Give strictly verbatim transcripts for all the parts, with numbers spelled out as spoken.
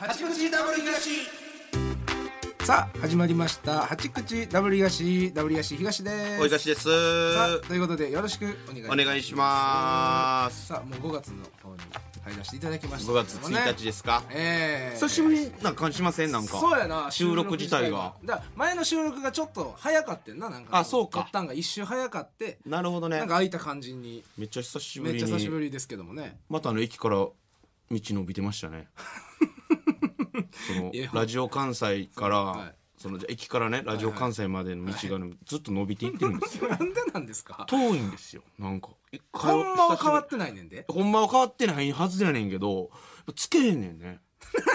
八口ダブル東。さあ始まりました八口ダブル東、ダブル東東です。 おいがしです。 さあということでよろしくお願いします。 お願いします。 さあもうごがつの方に入らせていただきました、 ごがつついたちですか。 えー、 久しぶりな感じしません？なんかそうやな、 収録自体がだから前の収録がちょっと早かってんな、なんかあそうか撮ったんが一周早かって、 なるほどね。 なんか空いた感じにめっちゃ久しぶりにめっちゃ久しぶりですけどもね。 またあの駅から道伸びてましたねそのいやラジオ関西から、 はいその駅からねラジオ関西までの道が、ね、ずっと伸びていってるんですよ。 なんでなんですか。 遠いんですよ。なんかほんまは変わっ久しぶてないねんで。 りほんまは変わってないはずやねんけどつけへんねんね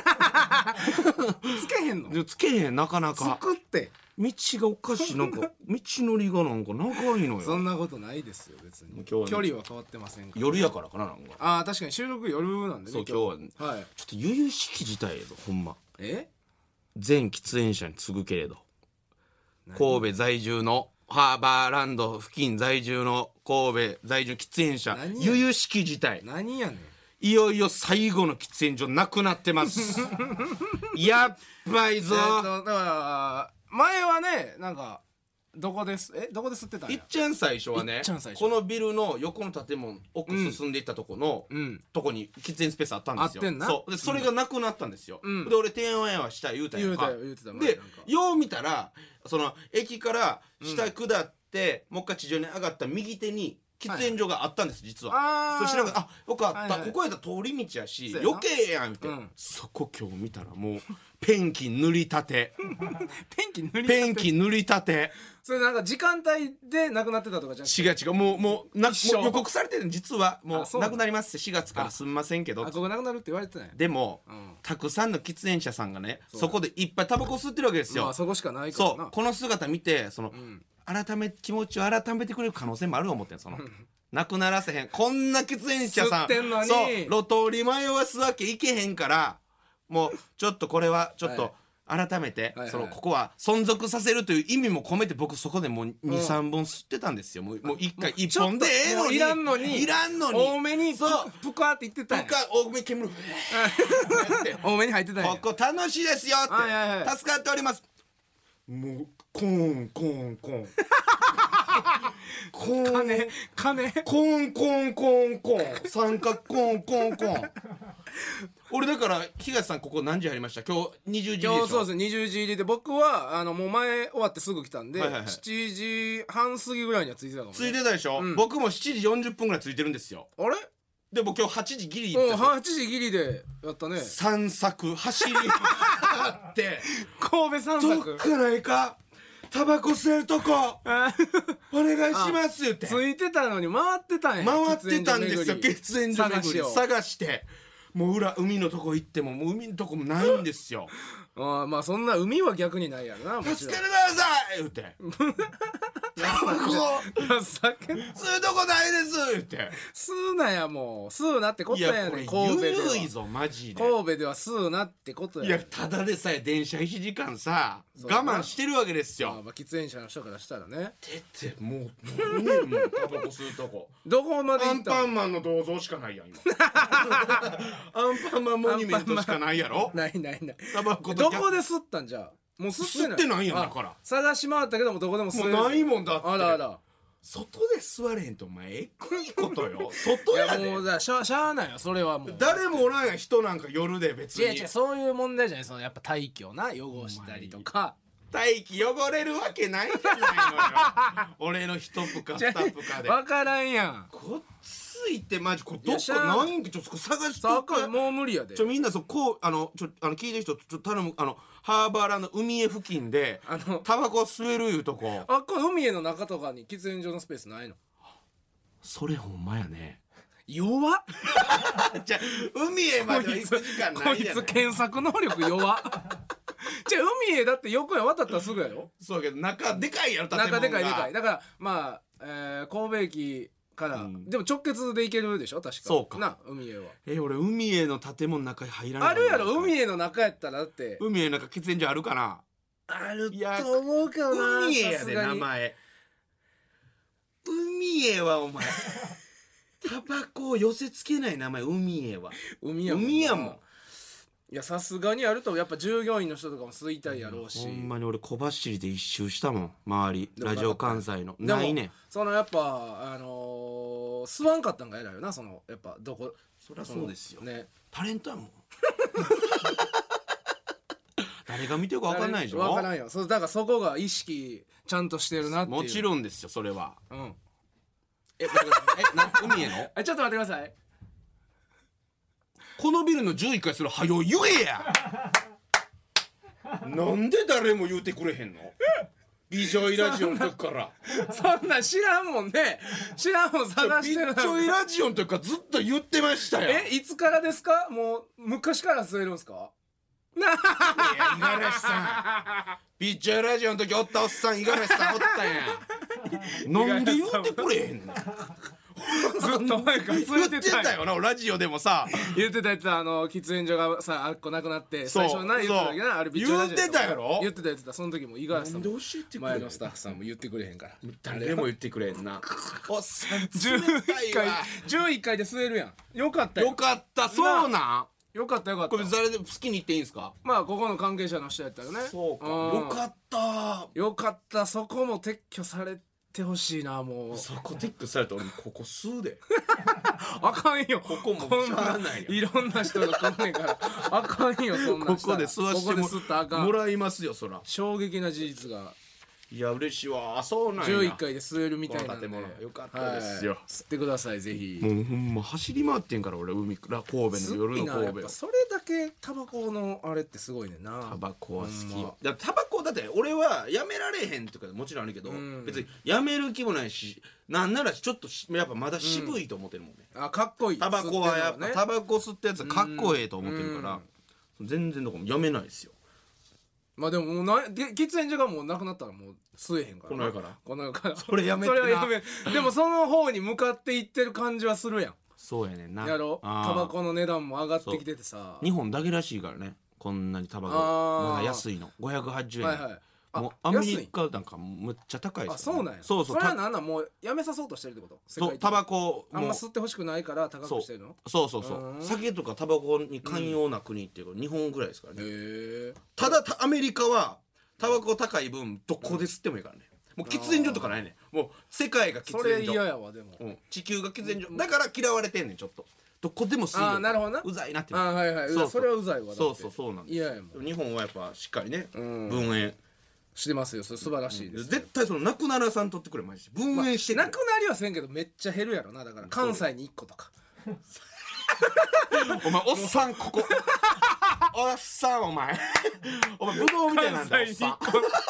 つけへんの。 でつけへんなかなか作って道がおかしい。なんか道のりがなんか長いのよ。 そんなことないですよ別に。 今日はね距離は変わってませんから。 夜やからかな。なんかああ確かに収録夜なんでね。 そう今日はねはい。 ちょっと悠々しき事態やぞほんま。 え全喫煙者に次ぐけれど神戸在住のハーバーランド付近在住の神戸在住喫煙者何や悠々しき事態。 何やねん。 いよいよ最後の喫煙所なくなってますやっばいぞ。 えーっとだから前はねなんかどこですえどこで吸ってたんや。 いっちゃん最初はねいっちゃん最初このビルの横の建物奥進んでいったとこの、 うんとこに喫煙スペースあったんですよ。 あってんなそうでそれがなくなったんですよ、 うんで俺提案やはした言うたやんか。 言うたよ言うてた前でなんかよう見たらその駅から下下って、もう一回地上に上がった右手に喫煙所があったんです実は。 あーそしてなんかあよかった、 はいはいここやったら通り道やしそうやな余計やんって、 うんそこ今日見たらもうペンキ塗りたてペンキ塗りペンキ塗りたてそれなんか時間帯でなくなってたとかじゃなくて。 違う違うもうもうなもう一緒予告されてるの実はもあそううなのなくなりますってしがつからすみませんけどあここなくなるって言われてたんや。 でも、 うんたくさんの喫煙者さんがねそうそこでいっぱいタバコ吸ってるわけですよ、 まあそこしかないからな。 そうこの姿見てその、 ん改め気持ちを改めてくれる可能性もあると思ってんそのなくならせへんこんな喫煙者さん吸ってんのにそう路頭に迷わすわけいけへんからもうちょっとこれはちょっと、 はい改めて、 はいはいそのここは存続させるという意味も込めて僕そこでもうにさんぼん吸ってたんですよ。もうもういっかいいっぽんでええのにいらんのにいらんのに多めにそうぷかって言ってたんや。 とか多め煙って多めに入ってたんや。 ここ楽しいですよって、 はいはいはい助かっております。もうコーンコーンコーンコーン金金コーンコーンコーンコーン三角コーンコーンコーン俺だから東さんここ何時入りました今日にじゅうじでしょ。 今日そうですねにじゅうじ入りで僕はあのもう前終わってすぐ来たんで、 はいはいはいしちじはん過ぎぐらいには着いてたかもね。 ついてたでしょ、 うん僕もしちじよんじゅっぷんぐらいついてるんですよ。 あれでも今日はちじギリ行もうったでしょはちじギリでやったね。 散策走り回って神戸散どっ策からいかタバコ吸えるとこお願いしますってついてたのに回ってたんや。 回ってたんですよ喫喫煙所巡り探しを探してもう裏海のとこ行ってももう海のとこもないんですよああまあそんな海は逆にないやろな。もちろん助けてください言ってタバコ酒吸うとこないです言って吸うなやもう吸うなってこといややこれねん。神戸ではゆるいぞマジで神戸では吸うなってことや。 いやただでさえ電車いちじかんさそうだな我慢してるわけですまあよ。 まあ喫煙者の人からしたらね。 出てもう何年もタバコ吸うとこどこまでアン行ったん。 パンマンの銅像しかないやん今アンパンマンモニュメントしかないやろないないない。 タバコとどこで吸ったんじゃあ。もう吸ってない。 吸ってないやんあだから探し回ったけどもどこでも吸えもうないもんだってあらあら。 外で座れへんとお前えぐいことよ外いややでもうだしゃしゃあないよそれはもう。 誰もおらんやん人なんか夜で別に違う違うそういう問題じゃない。そのやっぱ大気をな汚したりとか。 大気汚れるわけないじゃないのよ俺の一プか二プかで分からんやん。 こっついてマジこれどっいやしゃあかないんかちょっと探しさとくあかんもう無理やでちょみんなそうこうあのちょあの聞いてる人ちょっと頼むあのハーバーランド海へ付近であのタバコ吸えるいうとこあこれ海への中とかに喫煙所のスペースないの。 それほんまやね弱っじゃあ海へまでは行く時間こないやないつ検索能力弱っじゃあ海へだって横へ渡ったらすぐやろ。 そうやけど中でかいやろ建物が中でかいでかいだからまあ、えー、神戸駅から、うん、でも直結で行けるでしょ確か。 そうかな海へはえ俺海への建物の中に入らないあるやろ。海への中やったらだって海へなんか喫煙所あるかなあると思うけどな。 海へやで名前海へはお前タバコを寄せつけない名前海へは海やもん海やもんいやさすがにあるとやっぱ従業員の人とかも吸いたいやろうし、 ほんまに俺小走りで一周したもん周りラジオ関西のでもないねん。 そのやっぱあのー、吸わんかったんが偉いよな。そのやっぱどこそりゃそうですよね、 タレントやもん誰が見てるか分かんないでしょ。 分からんよ。そうだからそこが意識ちゃんとしてるなっていう。 もちろんですよそれは。 うんえ待ってくださいえな海へのえちょっと待ってください。 このビルのじゅういっかいするはよ言えやなんで誰も言うてくれへんのビジョイラジオの時からそんなん知らんもんね。知らんもん探してる。 ビジョイラジオの時からずっと言ってましたよ。 えいつからですか。もう昔から吸えるんすか。 いや五十嵐さんビジョイラジオの時おったおっさん五十嵐さんおったんやなんで言うてくれへんのずっと前から吸えてた言ってたよなラジオでもさ言ってた言ってた。あの喫煙所がさあっこなくなってそう最初な言ってただけな。あれビジョイラジオ言ってたやろ。 言ってた言ってた。その時も五十嵐さんもなんで教えてくれへん前のスタッフさんも言ってくれへんから。 誰も言ってくれへんなおっさんじゅういっかい冷たいわじゅういっかいで吸えるやん。よかったよよかったそうなんよかったよかった。 これ誰でも好きに言っていいんすか。 まあここの関係者の人やったらね。 そうかんよかったよかった。そこも撤去されてほしいな。もうそこテックされたら俺ここ吸うであかんよ。 ここもしこんなゃあないやんいろんな人が来んねんからあかんよ。そんなんしたらここで吸わしてここで吸ったらあかん。 もらいますよそら。 衝撃な事実がいや嬉しいわ。あそうなんやじゅういっかいで吸えるみたいなんで、 この建物よかったですよはい吸ってくださいぜひ。 もうほんま走り回ってんから俺海ら神戸すの夜のごいな。やっ神戸をぱそれだけタバコのあれってすごいねんな。 タバコは好きほんまよ。だからタバコだって俺はやめられへんとかもちろんあるけど、 ん別にやめる気もないしなんならちょっとしやっぱまだ渋いと思ってるもんね、 あかっこいい。 タバコはやっぱ、 吸てるのねタバコ吸ったやつはかっこええと思ってるから、全然どこもやめないですよ。 まあでももうなで喫煙所がもうなくなったらもう吸えへんからな。 この世からこの世からそれやめてなそれはやめでもその方に向かっていってる感じはするやん。 そうやねんな。 やろあータバコの値段も上がってきててさ。 日本だけらしいからねこんなにタバコあーまだ安いのごひゃくはちじゅうえん、 はいはい。あもうアメ安いリカなんかむっちゃ高いですよ、 あそうなんや。 そうそうそれはたなんなんもうやめさそうとしてるってこと。世界的にそうタバコあんまも吸ってほしくないから高くしてるの。 そうそうそううん酒とかタバコに寛容な国っていうか日本ぐらいですからね、 へえ。 ただたアメリカはタバコ高い分どこで吸ってもいいからね、もう喫煙所とかないねん。もう世界が喫それ煙所嫌やわでも。 うん、地球が喫煙所だから嫌われてんねんちょっとどこでも吸いよあーなるほどな。 うざいなってあーはいはい。 そうそうそれはうざいわ。だってそうそうそうなんです嫌やもん。 日本はやっぱしっかりね、 ん分煙してますよ。それ素晴らしいです。 絶対そのなくならさんとってくれマジで分煙してくれ、 なくなりはせんけどめっちゃ減るやろな。だから関西にいっことか。 お前おっさんここおっさんお前お前ブドウみたいなんだおっさん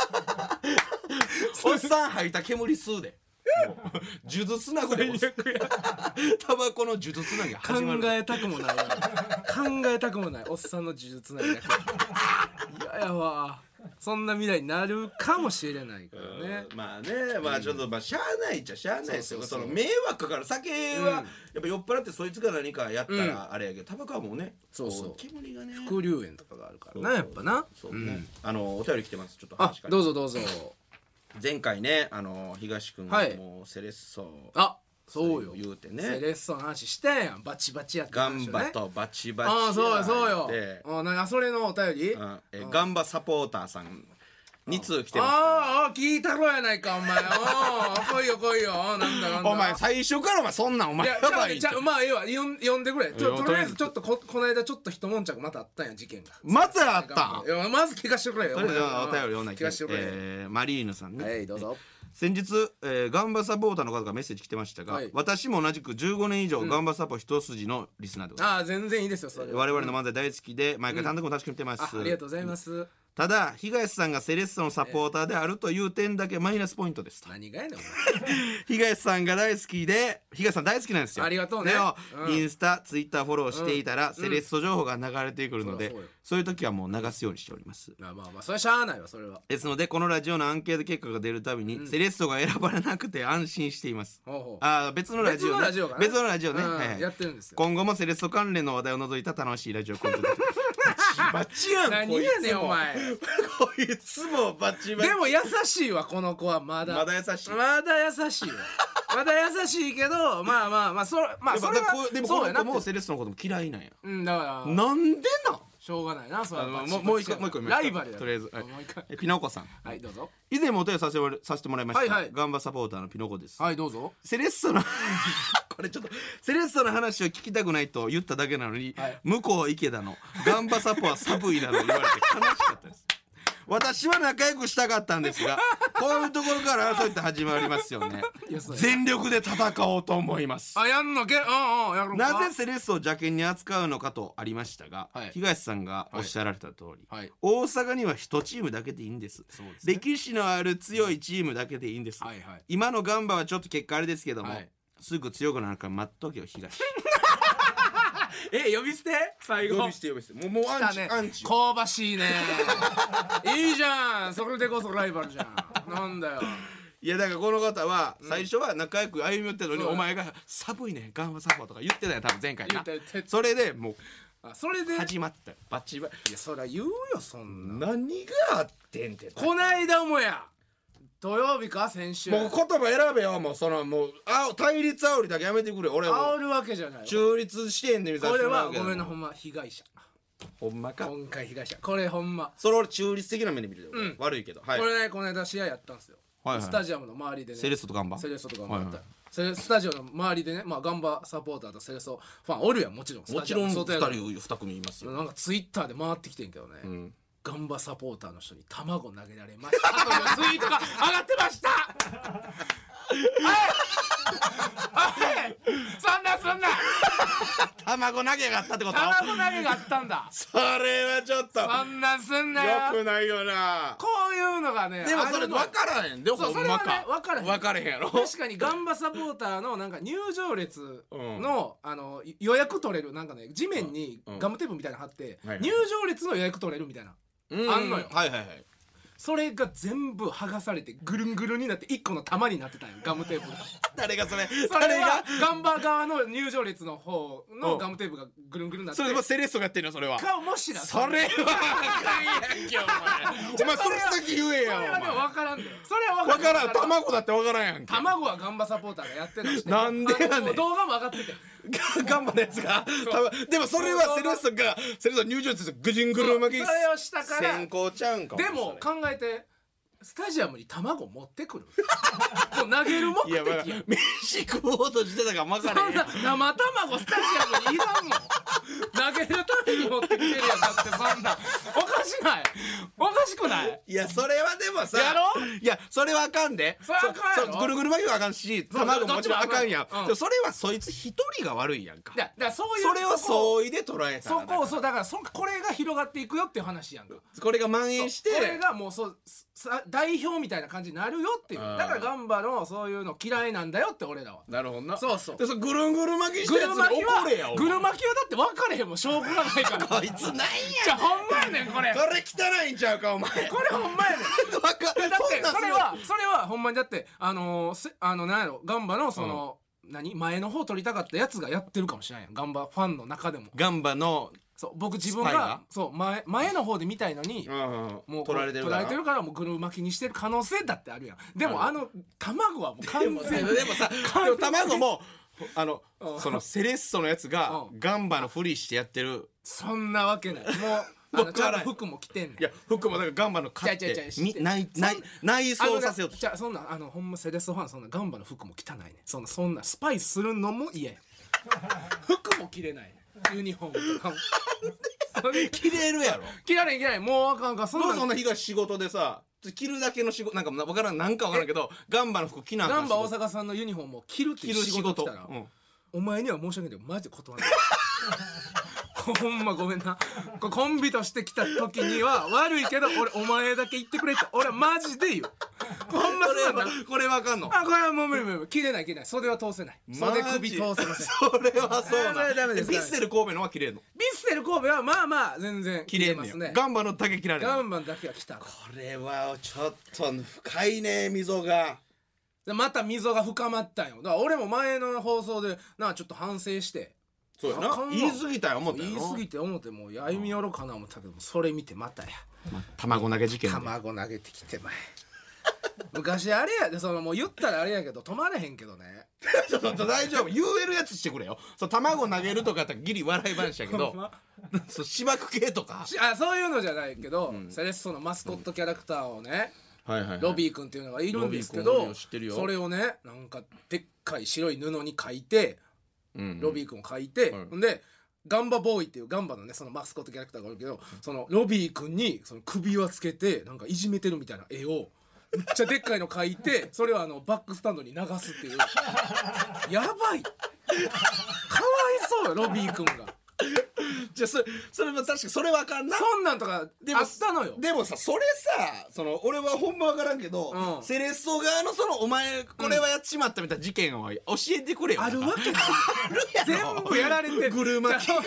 おっさん吐いた煙吸うでもう数珠つなぐでタバコの数珠つなぎ考始まるえたくもないわ。考えたくもないおっさんの呪術なりだけ嫌やわ。そんな未来になるかもしれないからね。 まあねまあちょっとまあしゃあないっちゃしゃあないですよ。 そうそうそうその迷惑かかる酒はやっぱ酔っ払ってそいつが何かやったらあれやけどタバコはもうねそうそうこ煙がね副流煙とかがあるからなやっぱな。 そうねあのお便り来てますちょっとあ話からどうぞどうぞ。 前回ねあの東君はいがもうセレッソあそうよ。 言うてセねレッソの話したやん。バチバチやってガンバとバチバチああそうよそうよで。 あなんかそれのお便り。 うんえガンバサポーターさんに通来てますああ聞いたろやないかお前。ああ来いよ来いよ。なんだなんだ。 お前最初からお前そんなんお前いややばいってじゃあまあええわ呼ん呼んでくれ。ちょいやとりあえずちょっとここの間ちょっと一悶着またあったんや事件が。 またあったんいやまず聞かしてくれよ。 とりあえずお前お便り読んだ聞かしてくれ。 えーマリーヌさんねはいどうぞ。 先日、えーガンバサポーターの方がメッセージ来てましたが、 はい私も同じくじゅうごねん以上ガンバサポ一筋のリスナーでございます、 ああ全然いいですよそれは。 我々の漫才大好きで毎回単独も楽しく見てます、 あありがとうございます。 ただ東さんがセレッソのサポーターであるという点だけマイナスポイントですと。 何がやねんお前。 東さんが大好きで東さん大好きなんですよ。 ありがとうねでも、 うんインスタツイッターフォローしていたら、セレッソ情報が流れてくるので、 そりゃそうよそういう時はもう流すようにしております。 まあまあまあそれはしゃあないわそれは。 ですのでこのラジオのアンケート結果が出るたびに、セレッソが選ばれなくて安心しています。 ほうほう。 ああ別のラジオ、ね、 別のラジオがね別のラジオね、 うんはいはいやってるんですよ。 今後もセレッソ関連の話題を除いた楽しいラジオコンテンツバチやん何やねんお前。 こいつもバチバチでも優しいわこの子はまだ。 まだ優しいまだ優しいわ。 まだ優しいけどまあまあまあそれまあそれはでもこの子もセレッソのことも嫌いなんや。 うんだからなんでなんしょうがないなそれはもうもう一回もう一回ライバルやとりあえずもう一回ピノコさん、 はいどうぞ以前もお手をさせてもらさせてもらいました、 はいはいガンバサポーターのピノコです。 はいどうぞセレッソのこれちょっとセレッソの話を聞きたくないと言っただけなのに、はい、向こう池田のガンバサポは寒いなど言われて悲しかったです。私は仲良くしたかったんですがこういうところから争いって始まりますよね。全力で戦おうと思います。 あやんのけうんうんやるのか。 なぜセレッソを邪険に扱うのかとありましたが、はい、東さんがおっしゃられた通り、はい、大阪には一チームだけでいいんです。そうですね、歴史のある強いチームだけでいいんです、はいはい、今のガンバはちょっと結果あれですけども、はい、すぐ強くなるから待っとけよ東え呼び捨て最後呼び捨て呼び捨てもうもうアンチ、 ね、 アンチ香ばしいねいいじゃんそれでこそライバルじゃんなんだよ。 いやだからこの方は最初は仲良く歩み寄ってるのに、うん、お前が寒いねガンバサポとか言ってたよ多分前回な。それでもうあそれで始まったバチバチ。 いやそりゃ言うよそんな。 何があってんてこないだもや土曜日か先週もう言葉選べよもうそのもうあ対立煽りだけやめてくれ。俺は煽るわけじゃない中立視点で見させてもらうけどこれはごめんなほんま被害者ほんまか今回被害者これほんまそれ俺中立的な目で見るよ、うん、悪いけど、はい、 これねこの間試合やったんですよ、はいはい、スタジアムの周りでねセレッソとガンバセレッソとガンバだった、はいはい、スタジオの周りでね、まあ、ガンバサポーターとセレッソファンおるやんもちろんもちろんふたりに組いますよ。 なんかツイッターで回ってきてんけどね、うん、ガンバサポーターの人に卵投げられましたというツイートが上がってましたはいそんなそんな卵投げがあったってこと。 卵投げがあったんだそれはちょっとそんなんすんなよ。 よくないよなこういうのがね。 でもそれ分からへんでもほんまか分からへん分からへんやろ。 確かにガンバサポーターのなんか入場列の、うん、あの予約取れるなんかね地面にガムテープみたいなの貼って、うんうん、入場列の予約取れるみたいな、うん、あんのよ。 はいはいはい。 それが全部剥がされてぐるんぐるんになっていっこの玉になってたんよガムテープが誰がそれそれはガンバ側の入場列の方のガムテープがぐるんぐるんなって。 それもセレッソがやってんのそれはかもしらんそれはあかんやんけお前お前それ先言えやそれはでも分からんだよ。それは分からん卵だって分からんやんけ。 卵はガンバサポーターがやってるのしてなんでやねん動画も上がっててガンバのやつがでもそれはセレッソがセレッソ入場列ぐるんぐるん巻きそれをしたから先行ちゃうんかも。 でも考えてスタジアムに卵持ってくるもう投げる目的やん。いや、まあ、 飯食おうとしてたから分からへん。 生卵スタジアムにいらんもん投げるために持ってきてるやん。だってそんなおかしないおかしくない。 いやそれはでもさやろいやそれはあかんでそれあかんやろ。 ぐるぐる巻きはあかんし卵もちろんあかんやん、うん、それはそいつ一人が悪いやんか。 いやだからそういうそれを相違で捉えたらそこをそうだからそこれが広がっていくよっていう話やんか。 これが蔓延してこれがもうそう代表みたいな感じになるよっていう。だからガンバのそういうの嫌いなんだよって俺らは。 なるほどな。 そうそうでそぐるんぐる巻きしたやつに怒れや。 ぐる巻きはだって分かれへんもん証拠がないからこいつなんやじゃあほんまやねんこれこれ汚いんちゃうかお前これほんまやねんだってそれはそれはほんまにだってあのー、あのなんやろガンバのその、うん、何前の方取りたかったやつがやってるかもしれんやんガンバファンの中でも。 ガンバのそう僕自分がそう前前の方で見たいのに、 うん、 もう取られてるから取られてるからもうぐる巻きにしてる可能性だってあるやん。でもあの卵はもう完全にでもさでも卵もあのそのセレッソのやつがガンバのふりしてやってる。 そんなわけないもうあのちゃんと服も着てんねん。 いや服もだからガンバの買って内内装させようと。 じゃあそんなあのほんまセレッソファンそんなガンバの服も汚いねん。そんなそんなスパイスするのも嫌や服も着れないねんユニフォームとかも着れるやろ。 着られん着られんもうあかんか。 そんなそんな日が仕事でさ着るだけの仕事なんか分からんなんか分からんけどガンバの服着なあかん。 ガンバ大阪さんのユニフォームを着るっていう仕事来たら、うん、お前には申し訳ないけどマジで断らないほんまごめんなコンビとして来た時には悪いけど俺お前だけ言ってくれって俺はマジで言うほんまそうなんだ。 これわかんの。 あこれはもう無理無理無理切れない切れない袖は通せない。袖首通せません。 それはそうなん。 それダメです。 ビッセル神戸のは切れるの。 ビッセル神戸はまあまあ全然切れますね。 ガンバのだけ切られる。 ガンバのだけは来た。 これはちょっと深いね溝が。 また溝が深まったんよ。だから俺も前の放送でなちょっと反省して。 そうやな言い過ぎたよ思ったよ。 言い過ぎて思ってもう歩み寄ろうかな思ったけどそれ見てまたや、 ま、卵投げ事件卵投げてきてまえ昔あれやで、そのもう言ったらあれやけど止まれへんけどね。 ちょっと大丈夫、言えるやつしてくれよ。そう卵投げるとかやったらギリ笑い話やけどそう芝生系とかあ、そういうのじゃないけど、うん、セレッソのマスコットキャラクターをね、うんはいはいはい、ロビー君っていうのがいるんですけど、それをねなんかでっかい白い布に書いて、うんうん、ロビー君を書いて、うん、でガンバボーイっていうガンバのねそのマスコットキャラクターがあるけど、そのロビー君にその首輪つけてなんかいじめてるみたいな絵をめっちゃでっかいの描いて、それをあのバックスタンドに流すっていうやばい、かわいそうよロビー君が。 じゃあそれそれも確かにそれわかんな。 そんなんとかあったのよ。 でもさそれさその俺はほんまわからんけど、うん、セレッソ側のそのお前これはやっちまったみたいな事件を教えてくれよ。 あるわけない全部やられてる。 グル巻きがもう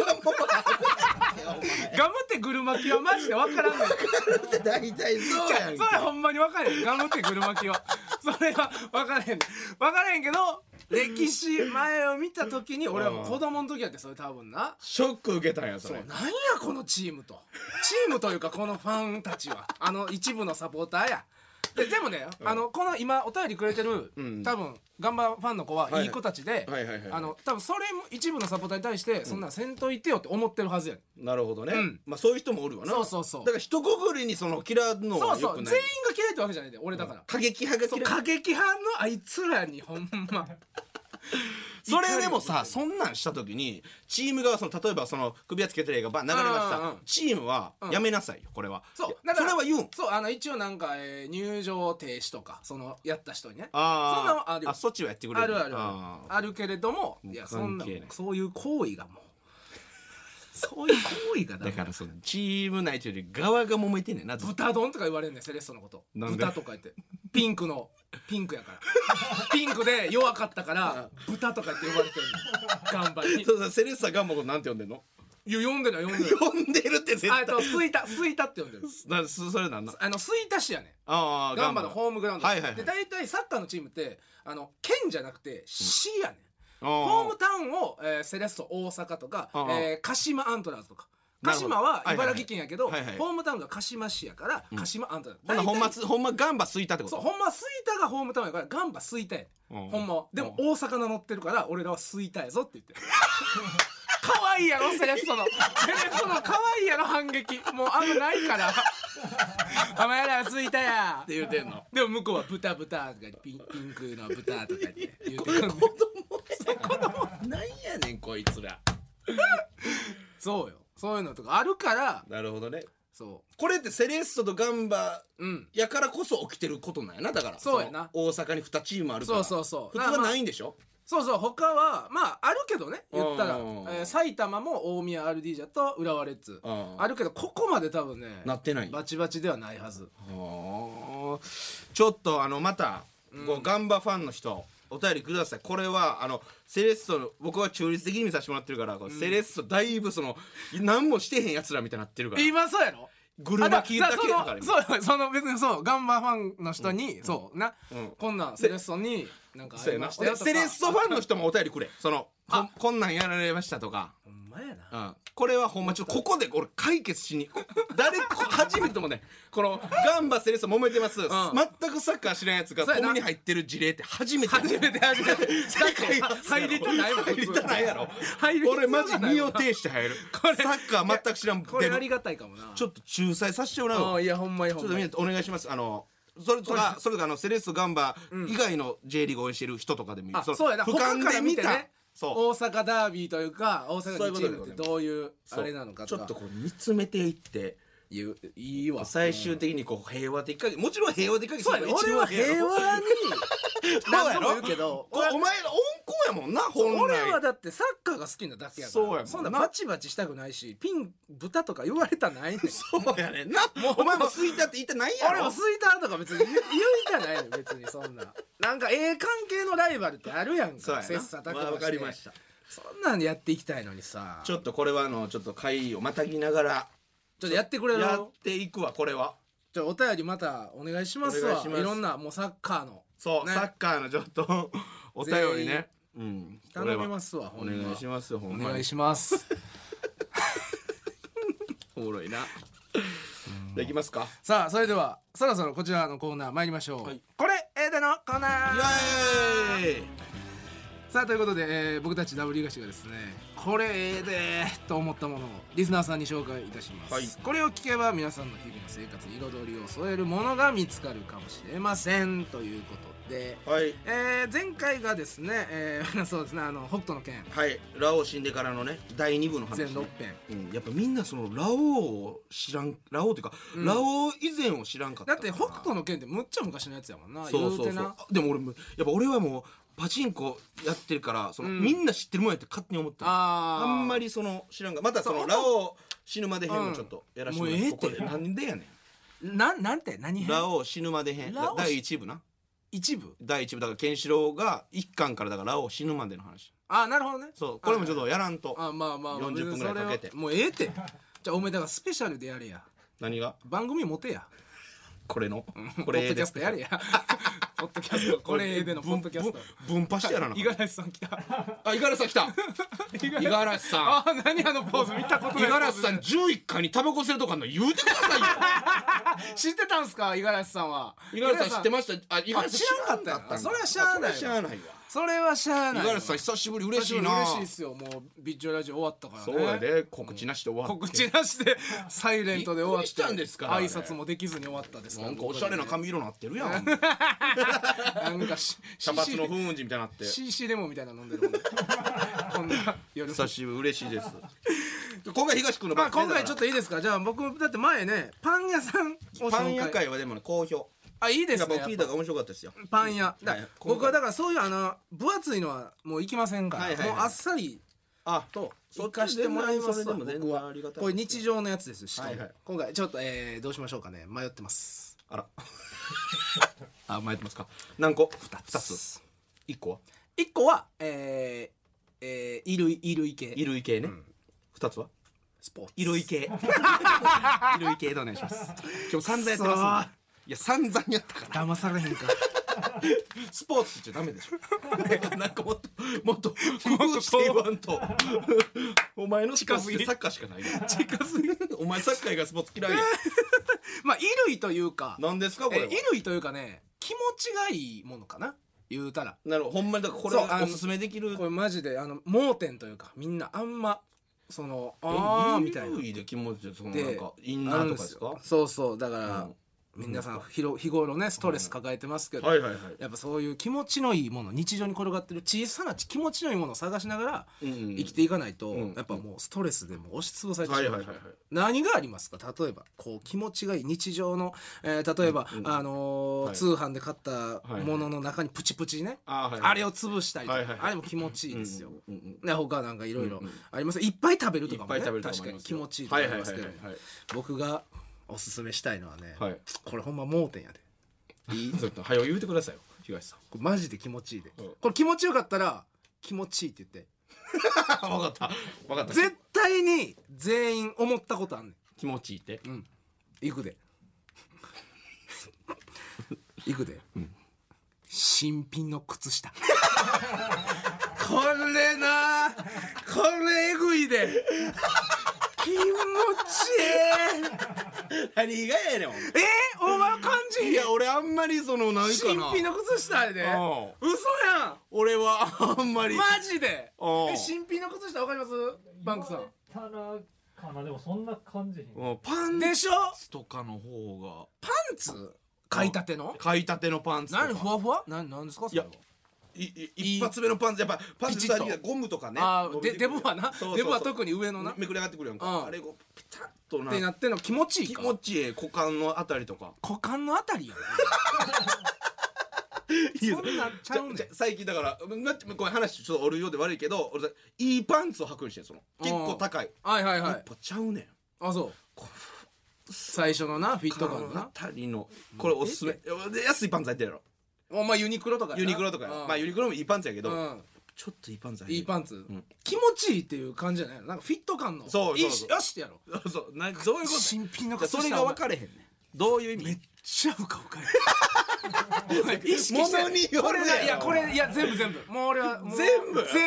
ガムってグル巻きはマジでわからんねん。 って大体そうやん。 それほんまにわかれへん。ガムってグル巻きはそれはわからへんわからへんけど、歴史前を見た時に俺はもう子供の時やって、それ多分なショック受けたんやそれ。 そうなんやこのチームとチームというかこのファンたちはあの一部のサポーターやで。でもね、うん、あのこの今お便りくれてる、うん、多分ガンバファンの子はいい子たちで、あの多分それも一部のサポーターに対して、うん、そんなんせんといてよって思ってるはずやねん。 なるほどね、うん、まあそういう人もおるわな。 そうそうそう。 だから一括りにその嫌うのはよくない。 そうそう、全員が嫌いってわけじゃないで俺だから、うん、 過激派が嫌い。 過激派のあいつらにほんまそれでもさそんなんした時にチームがその例えばその首輪つけてる映画バン流れました、うんうん、チームはやめなさいよこれは。 そうだからそれは言うん。 そうあの一応なんか、えー、入場停止とかそのやった人にね、 あそんなのあるよ。 あそっちはやってくれる。 あるあるあるあるけれども、いやそんなそういう行為がもうそういう行為がだからそのチーム内というより側が揉めてんねんな。 豚丼とか言われんねんセレッソのこと。豚とか言ってピンクのピンクやからピンクで弱かったから豚とかって呼ばれてんのガンバに。 そうそうセレッソはガンバのことなんて呼んでんの。 いや呼んでない呼んでない呼んでるって絶対。 あとスイタスイタって呼んでる。 なそれなんだ。 あのスイタ市やねん。 あガンバのホームグラウンド、 はいはいはい、 で大体サッカーのチームってあの県じゃなくて市やねん、うん、ホームタウンを、えー、セレッソ大阪とか、えー、鹿島アントラーズとか。鹿島は茨城県やけど、はいはいはい、ホームタウンが鹿島市やから、うん、鹿島アントラーズ。 ほんまほんまガンバスイタってこと。 そうほんまスイタがホームタウンやからガンバスイタや、うん、ほんまは。でも大阪名乗ってるから俺らはスイタやぞって言ってる可愛いやろセレッソのセレッソの可愛いやろ反撃もうあんまないからお前らはスイタやって言うてんの。でも向こうは豚豚とかピン、ピンクの豚とかって言うてる。子供子供なんやねんこいつらそうよそういうのとかあるから。 なるほどね。 そうこれってセレッソとガンバやからこそ起きてることなんやな。だからそうやな。 大阪ににチームあるから。 そうそうそう普通はないんでしょ。 そうそう他はまああるけどね言ったら、えー、埼玉も大宮アルディージャと浦和レッズあるけどここまで多分ねなってないバチバチではないはず。 はちょっとあのまた、うん、こうガンバファンの人お便りください。これはあのセレッソの僕は中立的に見させてもらってるから、うん、セレッソだいぶその何もしてへんやつらみたいになってるから。 今そうやろグルマキだけとかそそうその別にそうガンバファンの人に、うん、そうな、うん、こんなんセレッソになんかありましたよとか。 セレッソファンの人もお便りくれその こ, こんなんやられましたとか。 ほんまやな、 うん、これはほんまちょっとここで俺解決しに誰初めてもねこのガンバセレッソ揉めてます、うん、全くサッカー知らんやつがコミに入ってる事例って初めて初めて初めて入りたないもん。 入りたないやろ俺マジ身を挺して入るサッカー全く知らん。 これありがたいかもな。 ちょっと仲裁させてもらうわ。 いやほんまにほんまにちょっとみんなお願いします。あのそれとかそれとかあのセレッソガンバ以外の J リーグ応援してる人とかでもいい。 そうやな俯瞰で見た大阪ダービーというか大阪のチームってどういうあれなのかとかちょっとこう見つめていっていいわ。 最終的にこう平和的かもちろん平和的かそうや俺は平和に何度も言うけどお前ら温厚やもんな本来。 俺はだってサッカーが好きなだけやから。そうやもんな。そんなバチバチしたくないしピン豚とか言われたらないねん。 そうやねんな。もうお前もスイタって言ってないやろ。 俺もスイタとか別に言いたないねん別にそんななんかええ関係のライバルってあるやんか。切磋琢磨して。わかりました。そんなんでやっていきたいのにさ。 ちょっとこれはあのちょっと会をまたぎながらちょっとやってくれる。 やっていくわこれは。 じゃあお便りまたお願いしますわ。 い, いろんなもうサッカーのそう、ね、サッカーのちょっとお便りね、うん、 頼みますわ。 お願いしますよお願いしますおもろいな。 うんじゃあいきますか。 さあそれではそろそろこちらのコーナー参りましょう、はい、これええでのコーナー。 イエーイ。 さあということで、えー、僕たちダブル東がですねこれええでと思ったものをリスナーさんに紹介いたします、はい、これを聞けば皆さんの日々の生活に彩りを添えるものが見つかるかもしれませんということで、はい、えー、前回がですね、えー、そうですねあの北斗の拳、 はい、ラオウ死んでからのねだいに部の話、ね、 全ろっぺん、 うん、やっぱみんなそのラオウを知らんラオウというか、うん、ラオウ以前を知らんかっただって北斗の拳ってむっちゃ昔のやつやもんな。 そうそうそう。でも俺もやっぱ俺はもうパチンコやってるからその、うん、みんな知ってるもんやって勝手に思ってる。 あ, あんまりその知らんがまたそのラオウ死ぬまで編もちょっとやらせてもらって、うん、もうええってなんでやねんななんて何編ラオウ死ぬまで編だいいち部な一部だいいち部だからケンシロウがいっかんからだからラオウ死ぬまでの話。 あなるほどね。 そうこれもちょっとやらんとあまあまあよんじゅっぷんぐらいかけてもうええってじゃあお前だからスペシャルでやれや。 何が番組持てやこれのこれポッドキャストやれやポッドキャストこれでのポッドキャスト分派してやらな。 五十嵐さん来た。 あ五十嵐さん来た五十嵐さんあ何あのポーズ見たことない。 五十嵐さんじゅういっかいにタバコ吸えるとかあんの言うてくださいよ知ってたんすか五十嵐さんは。 五十嵐さん知ってました。あ五十嵐知らなかったよ。それは知らない。 知らないわ。 それはしゃあない。 五十嵐さん久しぶり嬉しいな。 嬉しいっすよ。もうビッチョラジオ終わったからね。 そうやで告知なしで終わって。 告知なしでサイレントで終わって。 したんですか。 挨拶もできずに終わったですから。 なんかおしゃれな髪色なってるやん。なんか茶髪の風雲児みたいになって。 シーシー レモンみたいな飲んでる。こんな夜。 久しぶり嬉しいです。今回東君の番。 今回ちょっといいですか。じゃあ僕だって前ねパン屋さんパン屋会はでもね好評。 あいいですね。 聞いたから面白かったですよ。 パン屋。僕はだからそういうあの分厚いのはもういきませんから。もうあっさりと行かしてもらいますわ。僕はこれ日常のやつですし。今回ちょっとえどうしましょうかね。迷ってます。 あら。あ迷ってますか。何個？二つ。一個は？ 一個はええ衣類衣類系。 衣類系ね。二つは？ スポーツ。 衣類系。衣類系でお願いします。今日散々やってます。いや散々やったから騙されへんかスポーツって言っちゃダメでしょなんかもっともっと工夫して言わんとお前のスポーツってサッカーしかないやん近すぎお前サッカー以外スポーツ嫌いやんまあ衣類というか何ですかこれは。 衣類というかね気持ちがいいものかな言うたら。 なるほどほんまにだからこれおすすめできる。 これマジであの盲点というかみんなあんまそのああみたいな。 衣類で気持ちでそのなんかインナーとかですか。 そうそうだから皆さん日頃ねストレス抱えてますけど、やっぱそういう気持ちのいいもの日常に転がってる小さな気持ちのいいものを探しながら生きていかないとやっぱもうストレスでも押しつぶされてしまう。何がありますか。例えばこう気持ちがいい日常の、えー、例えば、うんうん、あのーはい、通販で買ったものの中にプチプチね、はいはい、あれを潰したりとか、はいはい、あれも気持ちいいですよ。で他なんかいろいろあります。いっぱい食べるとかもね確かに気持ちいいと思いますけど、僕がおすすめしたいのはね、はい、これほんま盲点やで。 いいちょっと早う言うてくださいよ東さん。 これマジで気持ちいいで、うん、これ気持ちよかったら気持ちいいって言って分かった分かった。 絶対に全員思ったことあんねん。 気持ちいいって。 うん行くで行くで、うん、新品の靴下これなこれえぐいで気持ちいい何がやねん。えー、お前感じ。 いや俺あんまりその何かな新品の靴下やで。嘘やん。 俺はあんまりマジで。え新品の靴下わかりますバンクさん。 たらかな。でもそんな感じ。 パンでしょとかの方が。 パンツ買いたての買いたてのパンツとか。 何ふわふわ何何ですかそれは。 い一発目のパンツやっぱパンツはゴムとかね。 ああデブはな。デブは特に上のなめくれ上がってくるやんか。あれをピタッとなってなっての気持ちいいか。 気持ちいい股間のあたりとか。 股間のあたりやん。そんなんちゃうねん。 最近だからこういう話ちょっとおるようで悪いけど俺いいパンツを履くようにしてんその結構高い。 はいはいはい。 やっぱちゃうねん。 あそう最初のなフィット感のなあたりのこれおすすめ安いパンツ履いてるやろ。 お前ユニクロとかユニクロとかまあユニクロもいいパンツやけどちょっといいパンツいいパンツ気持ちいいっていう感じじゃないなんかフィット感のそうよしってやろうそうなどういうこと新品の靴下それが分かれへんねんどういう意味めっちゃうかうかい意識して物によるいやこれいや全部全部もう俺は全部全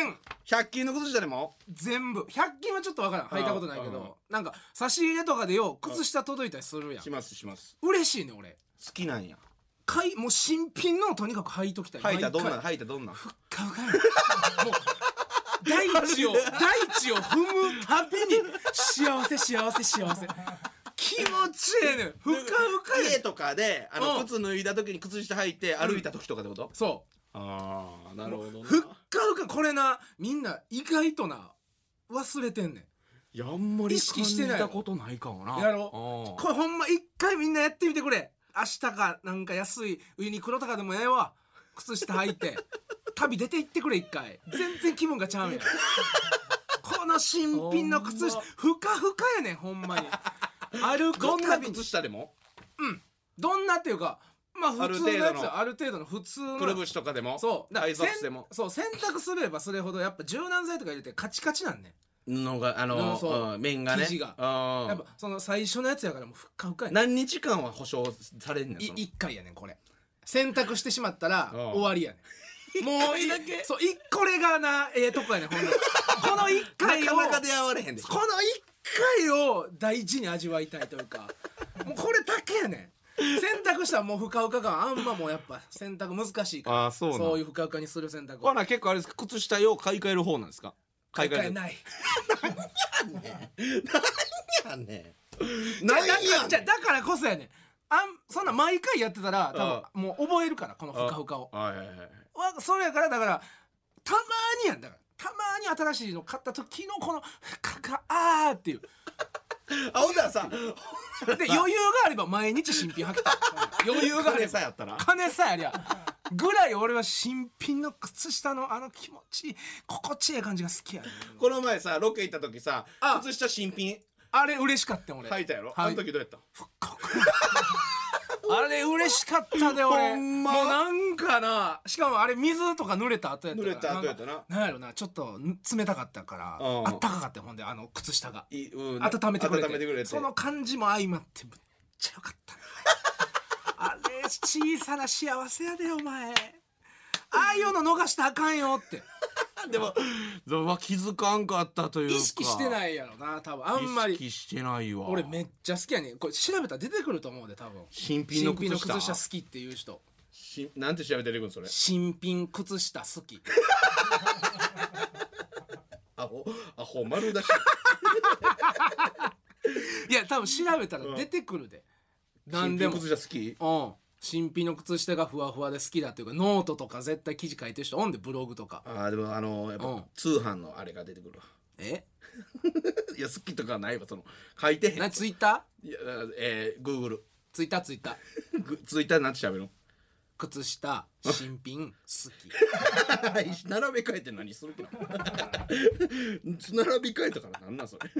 ひゃく均の靴下でも全部ひゃく均はちょっとわからん履いたことないけどなんか差し入れとかでよ靴下届いたりするやんしますします嬉しいね俺好きなんや買いもう新品のとにかく履いときたい履いたどんな毎回履いたどんなふっかふかやねもう大地を大地を踏むたびに幸せ幸せ幸せ気持ちええねんふかふかやねん家とかであのうん靴脱いだ時に靴下履いて歩いた時とかってこと、 そうああなるほどなふっかふかこれなみんな意外とな忘れてんねんいやあんまり意識してない感じたことないかもなやろこれほんま一回みんなやってみてくれ明日かなんか安いユニクロとかでもええわ靴下履いて旅出て行ってくれ一回全然気分がちゃうやんこの新品の靴下ふかふかやねんほんまに歩くどんなたびに靴下でもうんどんなっていうかまあ普通のやつある程度の普通のくるぶしとかでもそうだハイソックスでもそう洗濯すればそれほどやっぱ柔軟剤とか入れてカチカチなんねんのがあうのんそううん面がね生地があーやっぱその最初のやつやからもうふっかふかやねん何日間は保証されんねんそのい一回やねんこれ洗濯してしまったらうん終わりやねんもういだけそういこれがなええとこやねんほんでこの一回をなかなか出会われへんでこの一回を大事に味わいたいというかもうこれだけやねん洗濯したらもうふかふか感あんまもうやっぱ洗濯難しいからあーそうなんそういうふかふかにする洗濯ほな結構あれですか靴下を買い替える方なんですか買い替えいないやねだないやんじゃだからこそやねんあんそんな毎回やってたら多分もう覚えるからこのふかふかをはいはいはいわそれやからだからたまにやんだからたまに新しいの買った時のこのふかふかあーっていうあほんならさで余裕があれば毎日新品履きたい余裕があれ金ばさやったら金さえありゃぐらい俺は新品の靴下のあの気持ちいい心地いい感じが好きやねんこの前さロケ行った時さあ靴下新品あれ嬉しかった俺履いたやろ、 はいあの時どうやったふっかふかあれ嬉しかったで俺ほんまもうなんかなしかもあれ水とか濡れた後やったから濡れた後やったななんやろなちょっと冷たかったからうんあったかかったほんであの靴下がいうん温めてくれて温めてくれてその感じも相まってむっちゃよかったなあれ小さな幸せやでお前ああいうの逃したらあかんよってでもうわ気づかんかったというか意識してないやろな多分あんまり意識してないわ俺めっちゃ好きやねんこれ調べたら出てくると思うで多分新品の新品靴下の靴下好きっていう人しなんて調べて出てくるんそれ新品靴下好きアホアホ丸出しいや多分調べたら出てくるで、何でも新品靴下好きうん新品の靴下がふわふわで好きだっていうかノートとか絶対記事書いてる人おんでブログとかあーでもあのやっぱ、 うん通販のあれが出てくるわえいや好きとかはないわその書いてへんなツイッタいやえー、グーグルーツイッターツイッターグツイッターなんて調べるの靴下新品好き並べ替えて何する気なの並び替えたからなんなんそれ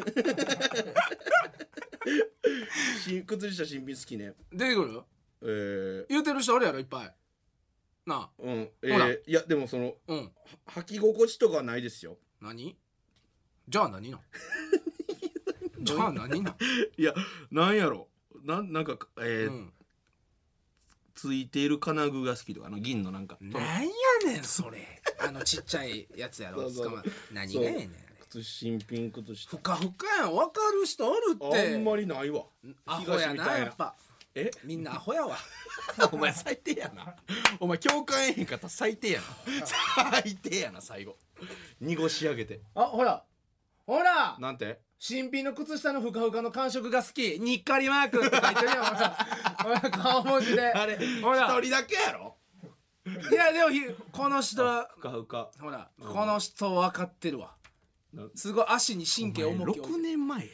新靴下新品好きね出てくるえー、 言うてる人おるやろいっぱいなあうんえほらー、いやでもそのうん履き心地とかはないですよ何じゃあ何なんじゃあ何なんいやなんやろなんなんかえーうんついている金具が好きとかあの銀のなんかなんやねんそれあのちっちゃいやつやろそうそう捕ま何がやねん靴新品靴下ふかふかやん分かる人おるってあんまりないわアホや東みたいななやっぱえみんなアホやわお前最低やなお前共感えへんかったら最低やな最低やな最後濁し上げてあほらほらなんて新品の靴下のふかふかの感触が好きにっかりマークって書いてるやんほらほら顔文字であれほら一人だけやろいやでもひこの人はふかふかほらこの人分かってるわすごい足に神経重きをろくねんまえや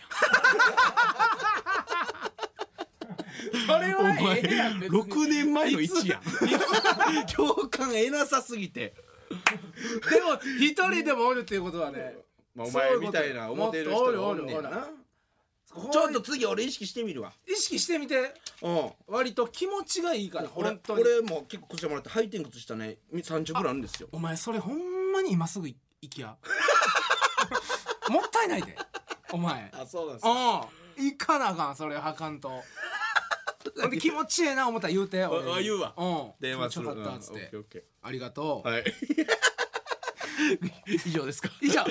それはお前ええやん別にろくねんまえの位置やん共感えなさすぎてでも一人でもおるっていうことはねまあお前みたいな思ってる人がおんねんなもっとおるおるおるちょっと次俺意識してみるわ意識してみてうん割と気持ちがいいから俺本当に俺も結構靴下もらって履いてん靴下ねさん着ぐらいあるんですよお前それほんまに今すぐ行きやもったいないでお前あそうなんですうん行かなあかんそれはかんとほんで気持ちええな思ったら言うて俺にあ言うわうん電話する気持ちよかったっつってうんオッケーオッケありがとうーはい以上ですか。 以上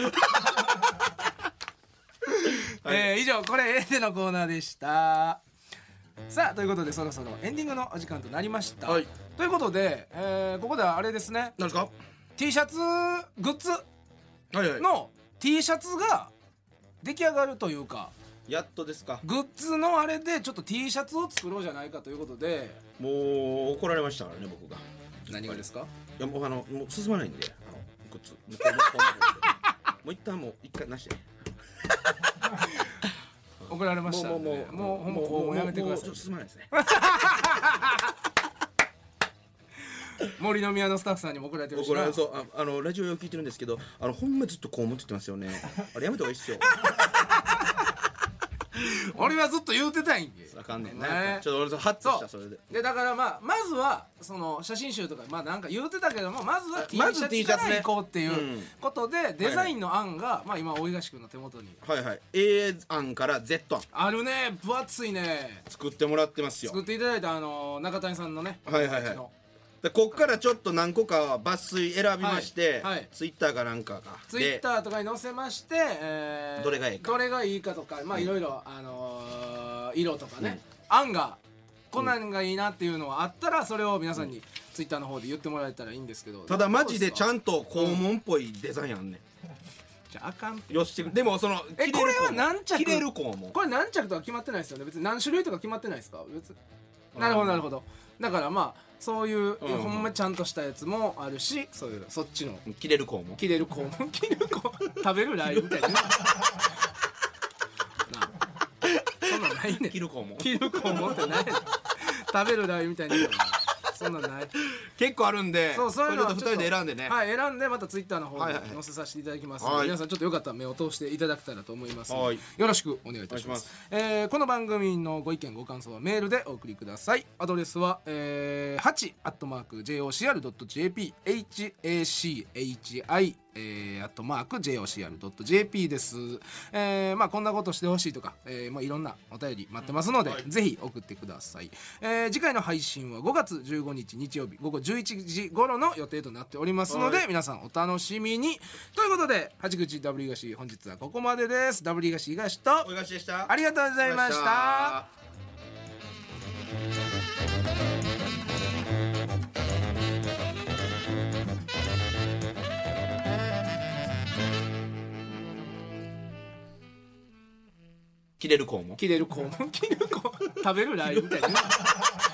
えー、以上これ A でのコーナーでした。さあということでそろそろエンディングのお時間となりました、はい、ということで、えー、ここではあれですね、 何ですか、 T シャツグッズはいはいの T シャツが出来上がるというか、 やっとですか。 グッズのあれでちょっと T シャツを作ろうじゃないかということで、 もう怒られましたからね僕が。 何がですか。 いやもうあのもう進まないんで、あのグッズもう一回もう一旦もう一回なしで怒られましたんで、ね、もうもうもうもうやめてください。 もう進まないですね森の宮のスタッフさんにも怒られてるしな。 僕らそう あ, あのラジオを聞いてるんですけど、あのほんまずっとこう思っててますよね。あれやめた方がいいっすよ俺はずっと言うてたいんけ。 あかんねんね。ちょっと俺ハッとしたそれで。 でだからまあまずはその写真集とかまあなんか言うてたけども、まずは T シャツからいこうっていうことで、デザインの案がまあ今大東君の手元にはいはい A 案から Z 案あるね。分厚いね。 作ってもらってますよ。 作っていただいたあの中谷さんのね。 はいはいはい。でこっからちょっと何個か抜粋選びまして、 はいはい、 ツイッターかなんかかツイッターとかに載せまして、えー、 どれがいいかどれがいいかとかまあいろいろあのー、色とかね、うん、案がこんなんがいいなっていうのはあったらそれを皆さんにツイッターの方で言ってもらえたらいいんですけど、 ただマジでちゃんと肛門っぽいデザインあんねん、 じゃああかんってよしてでもそのえこれは何着切れる肛門これ何着とか決まってないですよね。別に何種類とか決まってないですか別に。なるほどなるほど。だからまあそういう、うん、ほんまちゃんとしたやつもあるし、そういうそっちの切れる肛門切れる肛門切れる肛門食べるラー油みたいななそんなんないねん。 切る肛門切る肛門ってないねん食べるラー油みたいに言うのそんなんない。 結構あるんで、 そうそういうのはふたりで選んでね、 はい、選んでまたツイッターの方に載せさせていただきますので、はいはい、皆さんちょっとよかったら目を通していただけたらと思いますので、はい、よろしくお願いいたします。えー、この番組のご意見ご感想はメールでお送りください。アドレスは、えー、はち アットマーク ジェイオーシーアールドットジェーピー エイチ エーシー エイチ アイえー、アットマーク ジェイオーシーアールドットジェーピー です。えー、まあこんなことしてほしいとか、えー、まあいろんなお便り待ってますので、うんはい、ぜひ送ってください。えー、次回の配信はごがつじゅうごにち日曜日午後じゅういちじ頃の予定となっておりますので、はい、皆さんお楽しみに。ということで八口ダブリ東本日はここまでです。ダブリ東東とお東でした。 ありがとうございました。 切れる肛門切れる肛門切れる肛門食べるラー油みたいな